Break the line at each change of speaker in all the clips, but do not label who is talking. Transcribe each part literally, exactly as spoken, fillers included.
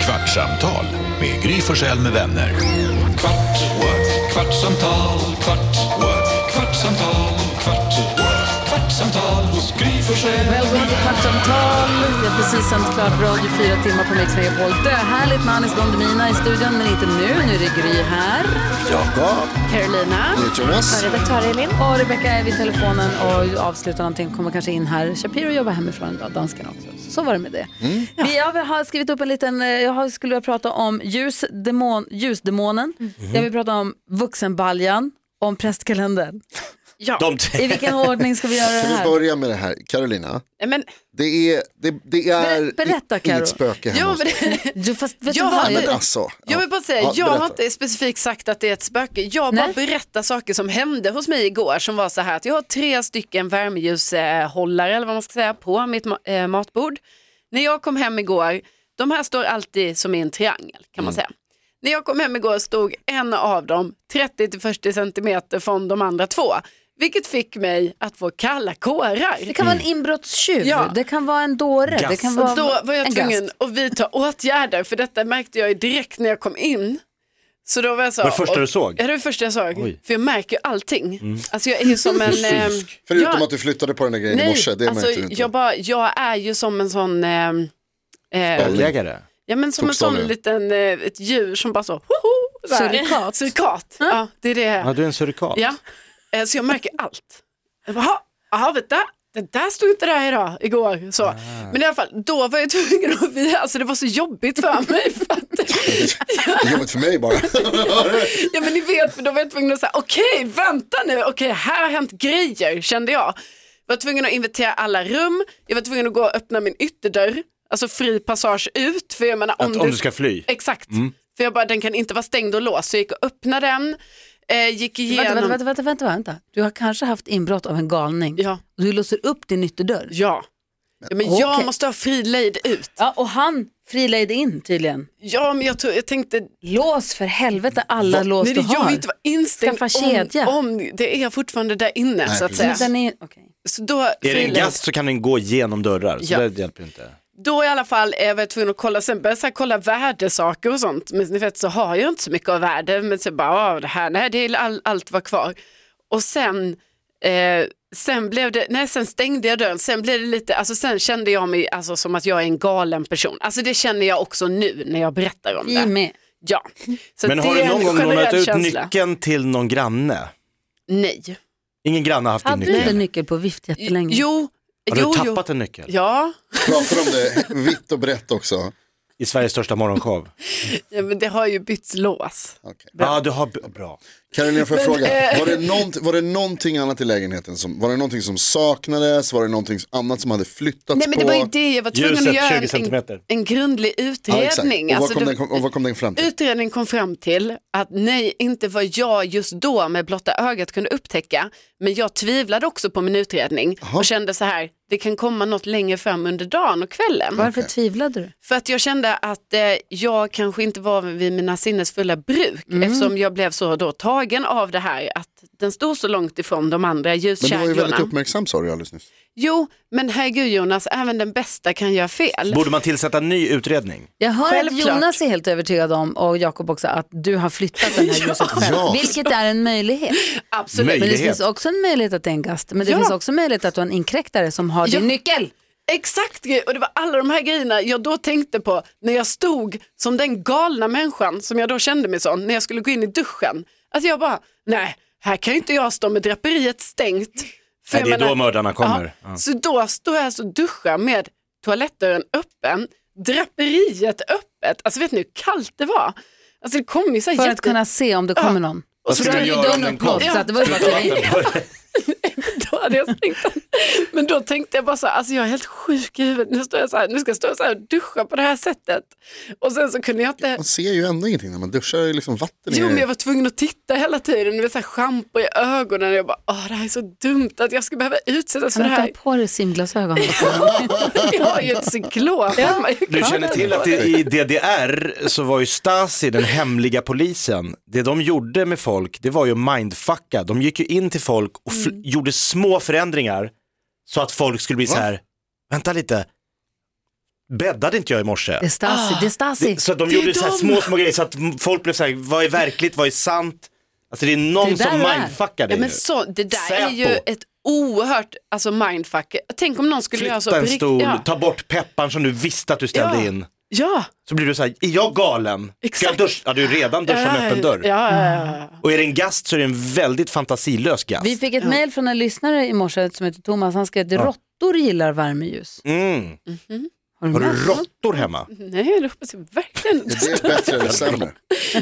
Kvartsamtal med Gry Forssell med vänner. Kvart, what? Kvartsamtal, kvart, what? Kvartsamtal, kvart, what? Kvartsamtal hos Gry Forssell.
Välkommen till Kvartsamtal. Jag har precis sänt klart radio fyra timmar på Mix Megapol. Det är härligt med Anis Don Demina i studion, men inte nu. Nu är det Gry här.
Jakob.
Carolina.
Jonas.
Och redaktör Elin. Och Rebecca är vid telefonen och avslutar någonting. Kommer kanske in här. Shapiro jobbar hemifrån idag, danskan också. Så, så var det med det. Mm. Ja. Vi har, har skrivit upp en liten, jag har, skulle vilja prata om ljusdemon, ljusdemonen. Mm. Jag vill prata om vuxenbaljan, om prästkalendern. Ja. I vilken ordning ska vi göra det här?
Ska vi börja med det här, Carolina?
Men,
det är, det, det är
berätta,
inget spöke hemma hos
dig.
Du, fast vet
jag,
du vad?
hade,
Jag,
alltså, ja.
jag vill bara säga,
ja,
jag har inte specifikt sagt att det är ett spöke. Jag bara berättar saker som hände hos mig igår, som var så här att jag har tre stycken värmeljushållare eller vad man ska säga på mitt äh, matbord. När jag kom hem igår, de här står alltid som i en triangel kan man mm. säga. När jag kom hem igår stod en av dem trettio till fyrtio centimeter från de andra två. Vilket fick mig att få kalla kårar.
Det kan vara en inbrottstjuv, ja. Det kan vara en dåre. Det kan vara
då var jag tvungen
gast.
att vidta åtgärder, för detta märkte jag direkt när jag kom in. Så då var jag så,
var det första
och,
du såg?
Ja, det var det första jag såg.
Oj.
För jag märker ju allting. Mm. Alltså jag är ju som en... eh,
Förutom
jag,
att du flyttade på den där grejen
nej,
i morse, det
alltså,
märkte du inte.
Jag, bara, jag är ju som en sån... Eh,
eh,
ja, men som en sån liten, eh, ett djur som bara så... Hoho,
surikat.
Surikat, ja. ja, det är det.
Ja, du är en surikat.
Ja, eh, så jag märker allt. Jag bara, jaha, vet du, det där stod inte där idag, igår. Så. Ah. Men i alla fall, då var jag tvungen att via, alltså det var så jobbigt för mig. För att,
det är jobbigt för mig bara.
Ja, men ni vet, för då var jag tvungen att säga, okej, okay, vänta nu, okej, okay, här har hänt grejer, kände jag. Jag var tvungen att inventera alla rum, jag var tvungen att gå och öppna min ytterdörr, alltså fri passage ut. För jag menar, om,
att,
du,
om du ska fly.
Exakt, mm. för jag bara, den kan inte vara stängd och låst, så jag gick och öppnade den. Eh, gick igenom...
Vänta, vänta, vänta, vänta, vänta. Du har kanske haft inbrott av en galning.
Ja.
Och du låser upp din ytterdörr.
Ja. Ja, men okay. Jag måste ha fri lejd ut.
Ja, och han frilejde in tydligen.
Ja, men jag, tog, jag tänkte...
Lås för helvete alla Va? lås
Nej,
du
det,
har.
Jag vill inte vara inställd om, om det är fortfarande där inne. Nej, så att säga.
Den är, okay.
Så då,
är det en gast så kan den gå igenom dörrar. Så ja. Det hjälper inte.
Då i alla fall är jag tvungen att kolla, sen började jag kolla värdesaker och sånt. Men ni vet, så har jag inte så mycket av värde. Men så bara, det här, nej, det är all, allt var kvar. Och sen, eh, sen blev det, nej, sen stängde jag dörren. Sen blev det lite, alltså sen kände jag mig alltså, som att jag är en galen person. Alltså det känner jag också nu när jag berättar om det.
Med.
Ja. Så
men har du någon gång lånat ut känsla. Nyckeln till någon granne?
Nej.
Ingen granne har haft
Hade
din nyckel?
Hade du inte nyckel på vift jättelänge?
Jo.
Har du
jo,
tappat
jo.
en nyckel?
Ja.
Pratar om det vitt och brett också.
I Sveriges största morgonshow.
Ja, men det har ju bytts lås.
Okay.
Ja, du har b- bra.
Carolina, får jag fråga, var det, nånt, var det någonting annat i lägenheten? Som, var det någonting som saknades? Var det någonting annat som hade flyttats
Nej, men
på?
det var ju det, jag var tvungen
Ljuset,
att göra
en,
en grundlig utredning.
Ja, och, vad
alltså,
kom
det,
den, och vad kom den fram till?
Utredningen kom fram till att nej, inte vad jag just då med blotta ögat kunde upptäcka. Men jag tvivlade också på min utredning. Aha. Och kände så här, det kan komma något längre fram under dagen och kvällen.
Varför
okay.
tvivlade du?
För att jag kände att eh, jag kanske inte var vid mina sinnesfulla bruk. Mm. Eftersom jag blev så då tagen av det här att den stod så långt ifrån de andra ljuskäglorna.
Men du var ju väldigt uppmärksam, sa du alldeles nyss.
Jo, men herregud Jonas, även den bästa kan göra fel.
Borde man tillsätta en ny utredning?
Jag hör Självklart. Att Jonas är helt övertygad om, och Jakob också, att du har flyttat den här ljuset själv.
Ja.
Vilket är en möjlighet.
Absolut.
Möjlighet.
Men det finns också en möjlighet att det är en gast. Men det
ja.
finns också en möjlighet att du har en inkräktare som har
ja.
din nyckel.
Exakt, och det var alla de här grejerna jag då tänkte på när jag stod som den galna människan som jag då kände mig som när jag skulle gå in i duschen. Att jag bara, nej, här kan ju inte jag stå med draperiet stängt.
För nej, det är menar, då mördarna kommer.
Ja, så då står jag så duschar med toalettdörren öppen, draperiet öppet. Alltså vet ni hur kallt det var? Alltså det kom ju så
För jätte... att kunna se om det kommer ja. någon.
Och så ska du göra om den kom?
Så att det var ju bara
då hade jag stängt den. Men då tänkte jag bara så här, alltså jag är helt sjuk i huvudet. Nu, står jag så här, nu ska jag stå så här och duscha på det här sättet. Och sen så kunde jag inte...
Man ser ju ändå ingenting när man duschar, ju liksom vatten i...
Jo, men jag var tvungen att titta hela tiden. Det var så här schampo i ögonen. Och jag bara, åh, det här är så dumt att jag ska behöva utsättas för det här.
Kan du ta på dig simglasögon?
Jag har ju ett cyklop. Ja.
Du känner till att det, i D D R så var ju Stasi, den hemliga polisen, det de gjorde med folk, det var ju mindfucka. De gick ju in till folk och f- mm. gjorde små förändringar så att folk skulle bli Va? så här, vänta lite, bäddade inte jag i morse.
Det är Stasi, det är Stasi.
Det, så de gjorde så här små, små grejer så att folk blev så här, vad är verkligt, vad är sant? Alltså det är någon
Det är
som
där det
mindfuckar dig
Ja, men
nu.
så, det där
Säpo.
är ju ett oerhört alltså mindfuck. Tänk om någon skulle göra så
Flytta
på
en
rikt-
stol,
ja.
ta bort pepparn som du visste att du ställde
Ja.
in.
Ja,
Så blir du så här, är jag galen? Ska
Exakt.
jag dusch? Ja, du är redan duschat med öppen dörr.
ja, ja, ja.
Och är det en gast så är det en väldigt fantasilös gast.
Vi fick ett mejl från en lyssnare i morse som heter Thomas. Han skrev att råttor gillar värmeljus.
Mm.
Har du
Har du
med?
råttor hemma?
Nej, det hoppas jag verkligen.
Det är bättre eller sämre?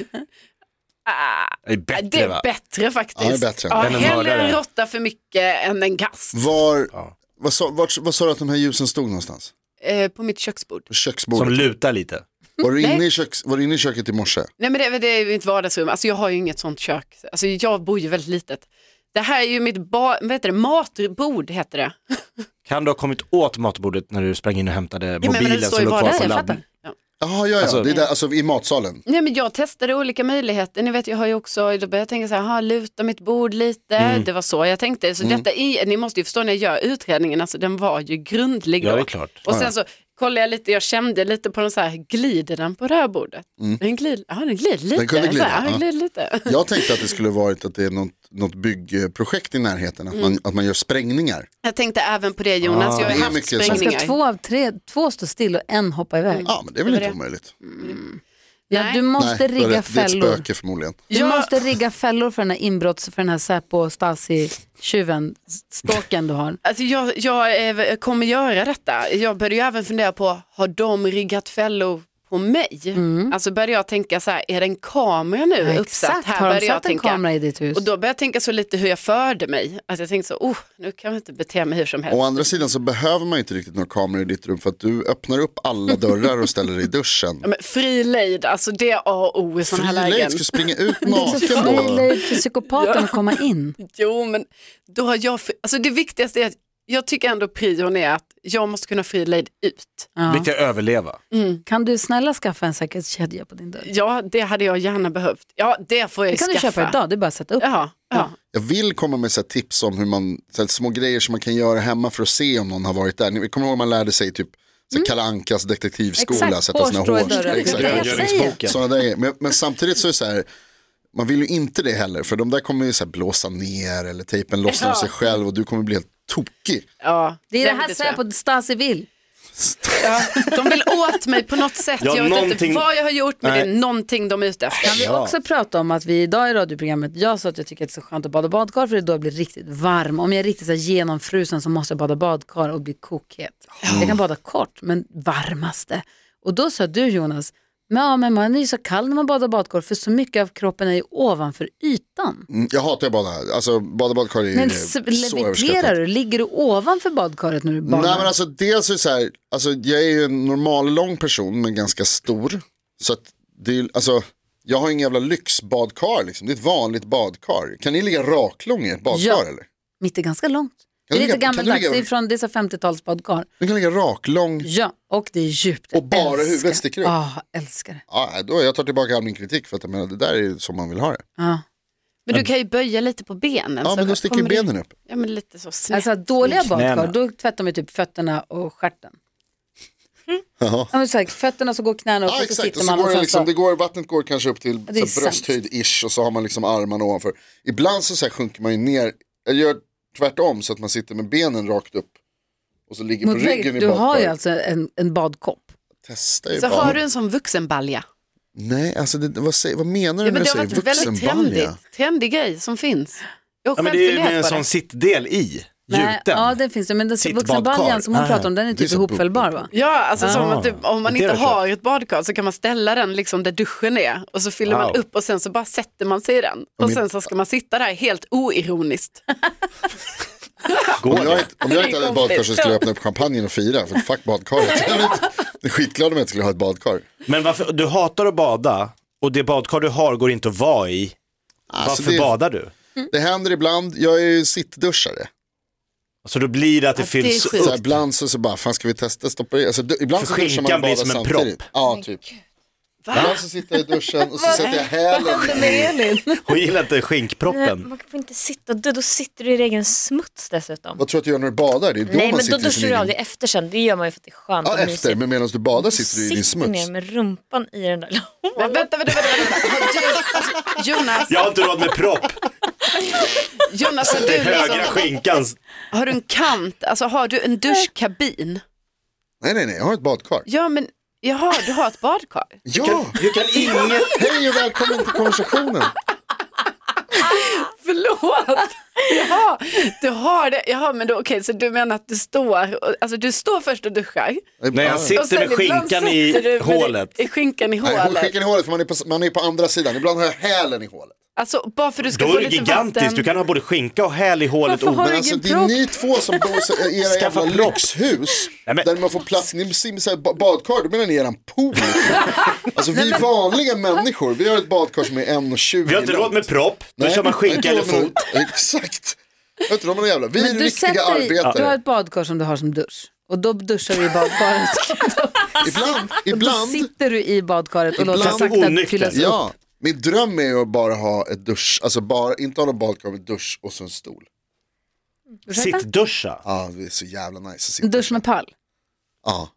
Det är bättre,
Det är
va?
bättre faktiskt.
Ja, det är bättre.
Ja,
Än en
hellre
mördare.
en råtta för mycket än en gast.
Var,
Ja.
vad, sa, vart, vad sa du att de här ljusen stod någonstans?
Eh, på mitt köksbord.
På köksbordet?
Som lutar lite.
Var du,
Nej.
inne i köks, var du inne i köket i morse?
Nej, men det, det är ju mitt vardagsrum. Alltså jag har ju inget sånt kök. Alltså jag bor ju väldigt litet. Det här är ju mitt ba- vad heter det? matbord heter det.
Kan du ha kommit åt matbordet när du sprang in och hämtade
Ja, men- men
mobilen
det står
som
ju
låg
bara
kvar
där,
på
jag
laddning?
fattar.
Ja.
Jaha, ja, ja.
Alltså-
det är där, alltså i matsalen.
Nej, men jag testade olika möjligheter. Ni vet, jag har ju också, då började jag tänka så här, aha, luta mitt bord lite.
Mm.
Det var så jag tänkte. Så detta är, ni måste ju förstå när jag gör utredningen, alltså den var ju grundlig
Ja,
då.
det är klart.
Och
Ja,
sen
ja.
så kollade jag lite, jag kände lite på den så här, glider den på det här bordet? Den glider, ja den glider lite.
Den kunde glida,
så här, ja,
ja.
den glider lite.
Jag tänkte att det skulle varit att det är något, något byggprojekt i närheten. Att, man, att man gör sprängningar.
Jag tänkte även på det Jonas,
Ah.
jag har
Det är
ju haft
mycket så.
Man ska
sprängningar.
två av tre, två stå still och en hoppa iväg.
Ja, men det är väl
Det var
inte
det.
omöjligt.
Ja,
Nej.
du måste
Nej, du har
rigga
rätt. Det är ett
fällor.
spöke förmodligen.
Du
Ja.
måste rigga fällor för den här inbrotts, för den här Säpo, Stasi, tjuven, ståken du har.
Alltså jag, jag eh, kommer göra detta. Jag började ju även fundera på, har de riggat fällor på mig? Alltså började jag tänka så här, är det en kamera nu
Ja,
uppsatt?
exakt,
Här
har de
började jag
satt en
tänka.
kamera i ditt hus?
Och då började jag tänka så lite hur jag förde mig. Att jag tänkte så, oh, nu kan jag inte bete mig hur som helst.
Å andra sidan så behöver man inte riktigt några kameror i ditt rum för att du öppnar upp alla dörrar och ställer dig i duschen.
Ja, men fri lejd, alltså det är A och O i sådana här
Fri lejd,
lägen.
ska springa ut
Det är så
naken då.
fri lejd för psykopaten att komma in.
Jo, men då har jag, alltså det viktigaste är att jag tycker ändå prion är att jag måste kunna fri lejd ut.
Ja.
Viktigt att överleva.
Kan du snälla skaffa en säkerhetskedja på din dörr?
Ja, det hade jag gärna behövt. Ja, det får jag
Det kan
skaffa.
du köpa idag, det är bara att sätta upp.
Ja, ja.
Jag vill komma med så här tips om hur man, så här små grejer som man kan göra hemma för att se om någon har varit där. Ni kommer ihåg man lärde sig typ så här Kalle Ankas detektivskola,
Exakt,
sätta sina
hårstrå i
hår.
dörren.
Exakt.
Det är det jag säger.
Rengöringsboken.
Såna där, men, men samtidigt så är det så här, man vill ju inte det heller för de där kommer ju så här blåsa ner eller tejpen lossnar av sig själv och du kommer bli helt tokig.
ja.
Det är det
Nej,
här
tror jag.
Säpo Stasi vill.
Ja, de vill åt mig på något sätt.
Ja,
jag vet
någonting-
inte vad jag har gjort, men
Nej.
det är någonting de är ute efter.
Kan vi
Ja.
också prata om att vi idag i radioprogrammet, jag sa att jag tycker att det är så skönt att bada badkar för det då jag blir riktigt varm. Om jag är riktigt så här genomfrusen så måste jag bada badkar och bli kokhet. Jag kan bada kort, men varmaste. Och då sa du Jonas, men, ja, men man är ju så kall när man badar badkar för så mycket av kroppen är ju ovanför ytan.
Mm, jag hatar att bada, alltså bada badkar är
Men
ju
s-
så
leviterar
överskattat.
du? Ligger du ovanför badkaret när du badar?
Nej men alltså dels är det så här, alltså jag är ju en normal lång person men ganska stor. Så att det är, alltså jag har ingen jävla lyxbadkar liksom, det är ett vanligt badkar. Kan ni ligga raklång i ett badkar
Ja.
eller?
Mitt är ganska långt. Det
Kan
är
du
lite
ligga- kan du
gammaldags,
ligga-
det är från dessa femtiotalsbadkar.
Du kan ligga raklång.
Ja, och det är djupt.
Och bara
Älskar.
huvudet sticker upp.
Ja, älskar det.
Ja, då jag tar tillbaka all min kritik för att jag menar, det där är ju som man vill ha det.
Ja.
Men du kan ju böja lite på benen.
Ja
så
men då sticker ju
kommer det-
benen upp.
Ja, men lite så snett.
Alltså dåliga badkar,
Knäna.
då tvättar man typ fötterna och stjärten.
Jaha.
Ja, men så här, fötterna så går knäna upp
Ja
och så
exakt,
sitter
och så
man
går
och
det
sen
liksom,
så...
det går, vattnet går kanske upp till
det är
så här brösthöjd-ish och så har man liksom armarna ovanför. Ibland så, så här sjunker man ju ner, jag gör tvärtom så att man sitter med benen rakt upp. Och så ligger på
Mot
ryggen
väggen.
i
Du har ju
badkar.
alltså en, en badkopp.
Testa ju
Så
bara.
har du en sån vuxenbalja.
Nej, alltså det, vad, säger, vad menar du
Ja, men
när
det
du
har
säger
varit väldigt
vuxenbalja?
trendigt. Trendig grej som finns. Jag har
Ja, men
själv
det är ju med en
funderat på
sån
det.
sittdel i,
Nej,
gjuten.
ja, det finns det. Men den
Sittbadkar.
vuxenbaljan som hon
Ah.
pratar om, den är
Det är
typ
så
ihopfällbar
bok-
va?
Ja, alltså som
Ah.
att typ, om man
Det
inte
har jag
har ett badkar så kan man ställa den liksom där duschen är och så fyller man
Wow.
upp och sen så bara sätter man sig i den. Och sen så ska man sitta där helt oironiskt.
Går
Om jag,
det?
inte- om jag inte hade ett badkar så skulle jag öppna upp champagnen och fira. För fuck badkaret. Jag är inte- jag är skitglad om jag inte skulle ha ett badkar.
Men varför, du hatar att bada och det badkar du har går inte att vara i.
Alltså,
Varför
det,
badar du?
det händer ibland, jag är ju sittduschare.
Så då blir det att det
Ja, det är
fylls
sjukt.
Så
upp.
här, ibland så, så bara, fan ska vi testa stoppa i? Alltså, du, ibland
För
så duschar man
skinkan
och
blir
badar
som en
samtidigt.
propp.
Ja, typ. Ibland så sitter jag i duschen och så sätter jag hälen.
Hon gillar inte skinkproppen.
Man får inte sitta, då, då sitter du i egen smuts dessutom.
Vad tror du att du gör när du badar? Det är då
Nej,
man
men då
sitter i sin
duschar du av
egen...
det efter sen. Det gör man ju för att det är skönt
Ja,
och
efter,
mysigt.
men medan du badar sitter du i din
Sitter
smuts.
ner med rumpan i den där
Men
lådan.
vänta, vänta, vänta, vänta. Har du, alltså, Jonas,
Jag har inte råd med propp.
Jonas har,
Det
du
är högra
liksom,
skinkan.
har du en kant, alltså har du en duschkabin?
Nej, nej, nej, jag har ett badkar.
Ja, men jaha, du har ett badkar.
Ja,
Du kan inget.
hej och välkommen till konversationen.
Förlåt. Jaha, du har det. Jaha, men då okej, så du menar att du står, alltså du står först och duschar.
När jag
Och
sitter
sen
med
ibland
skinkan i
sätter du med
hålet.
det- I skinkan i
Nej, hon
hålet.
skickar i hålet för man är, på, man är på andra sidan. Ibland har jag hälen i hålet.
Alltså bara för att du ska
Då
få
är det
lite
gigantiskt.
vatten.
Du kan ha både skinka och häl i hålet.
Varför har
Men
du
alltså
ingen
det är
propp?
ni två som bor i era
Skaffa
jävla
propp.
lyxhus.
Nej, men-
Där man får plats, ni så här, ba- badkar, då menar ni eran pool. Alltså vi vanliga människor, vi har ett badkar som är en tjugo.
Vi har inte råd med propp. Då
Nej,
kör man
jag har
skinka
inte
eller
råd med
fot.
det. Exakt. Jag vet inte, de är jävla. Vi är
Men du
riktiga
sätter i, du har
arbetare.
ett badkar som du har som dusch. Och då duschar du i badkaret.
Ibland,
Då
ibland.
sitter du i badkaret och låter
Ibland
sakta
onykter.
fyllas upp.
Ja, min dröm är ju att bara ha ett dusch, alltså bara, inte ha någon badkar med dusch och så en stol.
Ursäkta?
Sittduscha.
Ja, det är så jävla nice att sitta.
En dusch med pall.
Ja,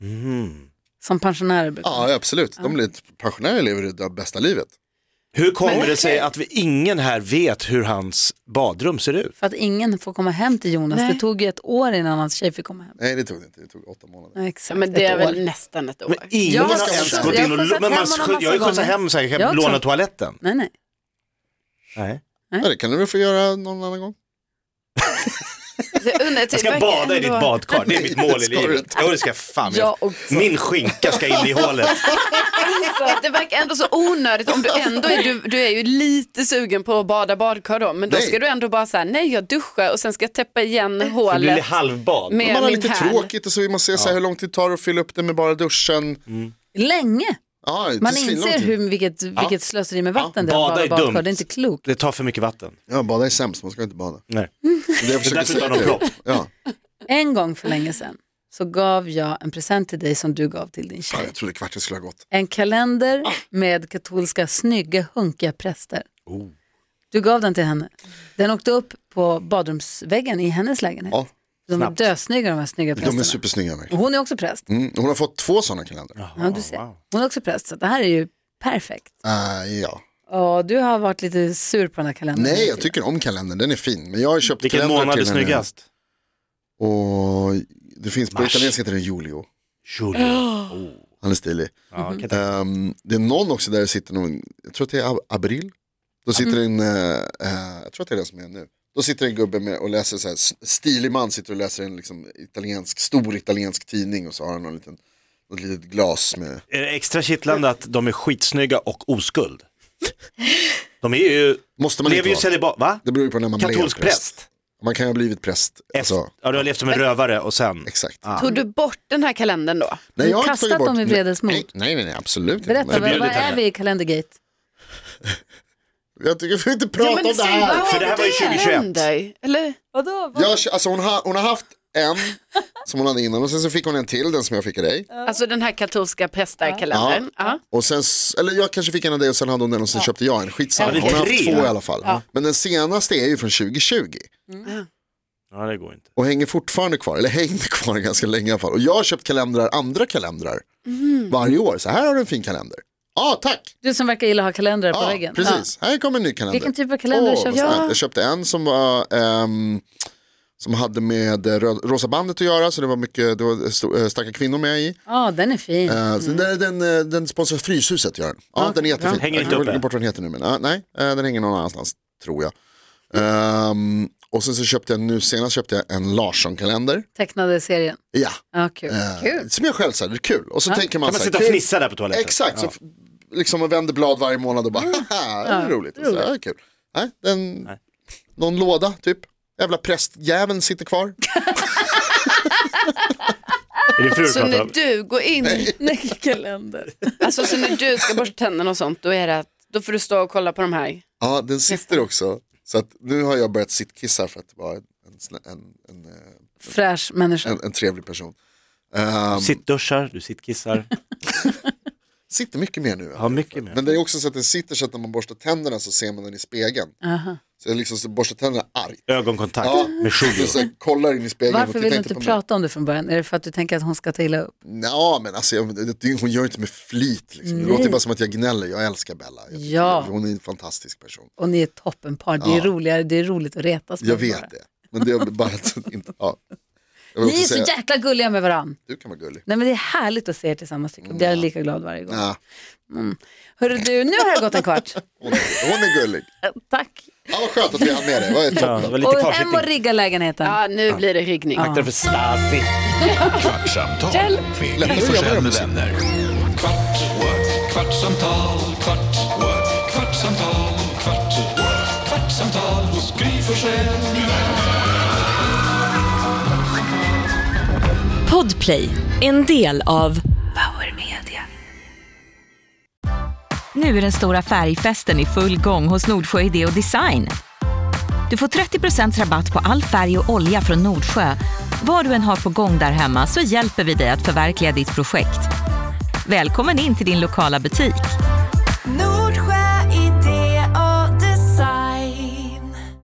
Som pensionärer brukar.
ja absolut. De blir pensionärer lever det bästa livet.
Hur kommer
Men
det sig
okej.
att vi ingen här vet hur hans badrum ser ut?
För att ingen får komma hem till Jonas.
Nej.
Det tog ju ett år innan hans tjej fick komma hem.
Nej, det tog det inte. Det tog åtta månader.
Ja,
Ja,
exakt,
men det är
ett år.
väl nästan ett år.
Men ingen
Jag
har
har
ens
skjutsat-
gått
jag
in
har
och...
skjutsat
Men man,
hem honom
skjut- jag har ju
massa
skjutsat
gånger.
hem så här, jag
Jag
kan
också.
låna toaletten.
Nej, nej.
Nej.
Ja, det kan du väl få göra någon annan gång.
Det undrar,
Jag ska bada i ditt badkar, det är mitt mål i
Ska du
livet.
inte?
Ja, det ska fan.
Jag
Jag,
också.
min skinka ska in i hålet.
Det verkar ändå så onödigt om du ändå är, du, du är ju lite sugen på att bada badkar då, men då
Nej.
ska du ändå bara säga nej jag duschar och sen ska jag täppa igen
Det blir
hålet
halvbad.
med
Man har
min
lite
hand.
tråkigt och så vill man se så här hur lång tid tar det att fylla upp det med bara duschen.
Länge.
Ja, det
Man
är svinlång
inser
tid.
hur, vilket, vilket slöseri med vatten det är.
Bada
att
är
bada
dumt.
badkar. Det är inte klokt.
Det tar för mycket vatten.
Ja, bada är sämst, man ska inte bada.
Nej.
Det är jag försöker
därför du tar
säga.
någon propp.
Ja.
En gång för länge sedan så gav jag en present till dig som du gav till din
Ja,
tjej.
jag trodde kvarten skulle ha gått.
En kalender med katolska snygga hunkiga präster.
Oh.
Du gav den till henne. Den åkte upp på badrumsväggen i hennes lägenhet.
Ja,
De är
snabbt.
dösnygga de här snygga
de
prästerna.
är supersnygga.
Och hon är också präst.
Mm, hon har fått två sådana kalendrar.
Ja, du ser. Hon är också präst, så det här är ju perfekt.
Uh, ja.
Och du har varit lite sur på den här kalendern.
Nej, jag tycker om kalendern, den är fin. Men jag har köpt
Vilken
kalendrar
månad är
till henne.
snyggast?
Och det finns på
Mars.
italienska heter den Julio.
Julio. Oh.
Han är stilig.
Ja, kan jag tänka.
Um, det är någon också där det sitter någon, jag tror att det är Ab- Abril. Då sitter en, uh, uh, jag tror att det är den som är nu. Då sitter en gubbe med och läser så här, s- stilig man sitter och läser en liksom italiensk, stor italiensk tidning och så har han någon liten, något litet glas med.
Är det extra kittlande att de är skitsnygga och oskuld? De är ju,
Måste man
lever
inte
ju
vara.
celibat, va?
Det beror ju på när man
Katolsk
blev
präst.
Man kan ju ha blivit präst.
Efter,
Alltså,
ja, du har levt som en rövare och sen.
exakt.
Ah.
Tog du bort den här kalendern då?
Nej, jag har inte
kastat
tagit bort-
dem i vredesmod?
Nej, nej, nej, nej, absolut inte.
Berätta,
Nej,
vad,
Förbjudet
vad är
henne.
vi i kalendergate?
Jag tycker vi får inte prata om det här.
För det här var ju tjugohundratjugoett.
Händer, eller?
Vadå?
Jag, alltså hon, har, hon har haft en som hon hade innan och sen så fick hon en till, den som jag fick av dig.
Alltså den här katolska prästarkalendern. Ja.
Och sen, s- eller jag kanske fick en av dig och sen hade hon den och sen köpte jag en. Skitsamma,
Ja,
hon har haft
tre.
två i alla fall. Men den senaste är ju från tjugo tjugo
Ja, det går inte.
och hänger fortfarande kvar, eller hängde kvar ganska länge i alla fall. Och jag har köpt kalendrar, andra kalendrar varje år. Så här har du en fin kalender. Ja, ah, tack!
Du som verkar gilla att ha kalendrar på
Ja,
väggen.
precis. Här kommer en ny kalender.
Vilken typ av kalender
Åh,
köpte
vad
du?
snällt. Jag köpte en som var ehm, som hade med eh, Rö- Rosa bandet att göra, så det var mycket, det var sto- eh, starka kvinnor med i.
Ja, ah, den är fin.
Eh, så den, den, eh, den sponsrar Fryshuset, gör den. Ja, den är jättefin.
Hänger inte
jag
uppe.
glömde bort vad den heter nu, men uh, nej, uh, den hänger någon annanstans, tror jag. Um, och sen så köpte jag, nu senast köpte jag en Larsson-kalender.
Tecknade serien.
Ja,
Ja, kul.
eh,
Kul.
som jag själv sa, det är kul. Och så tänker man,
Kan man
så här,
sitta och
kul.
fnissa där på toaletten?
Exakt, så f- liksom man vänder blad varje månad och bara, haha, det är roligt. Och så, ja, kul. Nej, den,
Nej.
någon låda typ. Jävla prästjäveln sitter kvar.
Är det fru du
Så
pratar
när
om?
du går in,
Nej, kalender.
alltså så när du ska borsta tänderna och sånt, då är det att, då får du stå och kolla på de här.
Ja, den sitter också. Så att nu har jag börjat sittkissa för att vara en, en, en, en, eh,
Fräsch människa.
en, en trevlig person. Um,
Sittduschar, du sittkissar.
sitter mycket mer nu.
Ja, mycket mer.
Men det är också så att den sitter så att när man borstar tänderna så ser man den i spegeln.
Aha.
Så jag liksom så borstar tänderna arg.
Ögonkontakt
Ja,
med Shugo.
så jag kollar in i spegeln.
Varför
och
vill du
inte
inte
på
prata om det från början? Är det för att du tänker att hon ska ta illa upp?
Ja, men alltså, jag, det, hon gör inte med flit. Liksom. Det
Nej.
låter bara som att jag gnäller. Jag älskar Bella. Jag,
Ja.
Hon är en fantastisk person.
Och ni är toppenpar. Det är,
Ja.
roligare, det är roligt att retas.
Jag vet det. Men det är bara att inte... Ja. Jag vill
Ni är
också
så
säga,
jäkla gulliga med varann.
du kan vara gullig.
Nej, men det är härligt att se er tillsammans. Jag blir lika glad varje gång.
Ja,
Mm. Hörru du, nu har det gått en kvart.
hon, är, hon är gullig.
Tack.
Ja, vad skönt att vi hann med det. Vad är
Ja,
toppen?
det var lite
Och hem
kvarsittning.
och rigga lägenheten.
Ja, nu blir det riggning.
Akta dig för Stasi.
Kvartsamtal med Gry Forssell med vänner. Kvart, what? Kvartsamtal, kvart, what? Kvartsamtal, kvart, what? Kvartsamtal hos Gry Forssell med vänner.
Podplay, en del av Power Media. Nu är den stora färgfesten i full gång hos Nordsjö Idé och Design. Du får trettio procent rabatt på all färg och olja från Nordsjö. Vad du än har på gång där hemma så hjälper vi dig att förverkliga ditt projekt. Välkommen in till din lokala butik.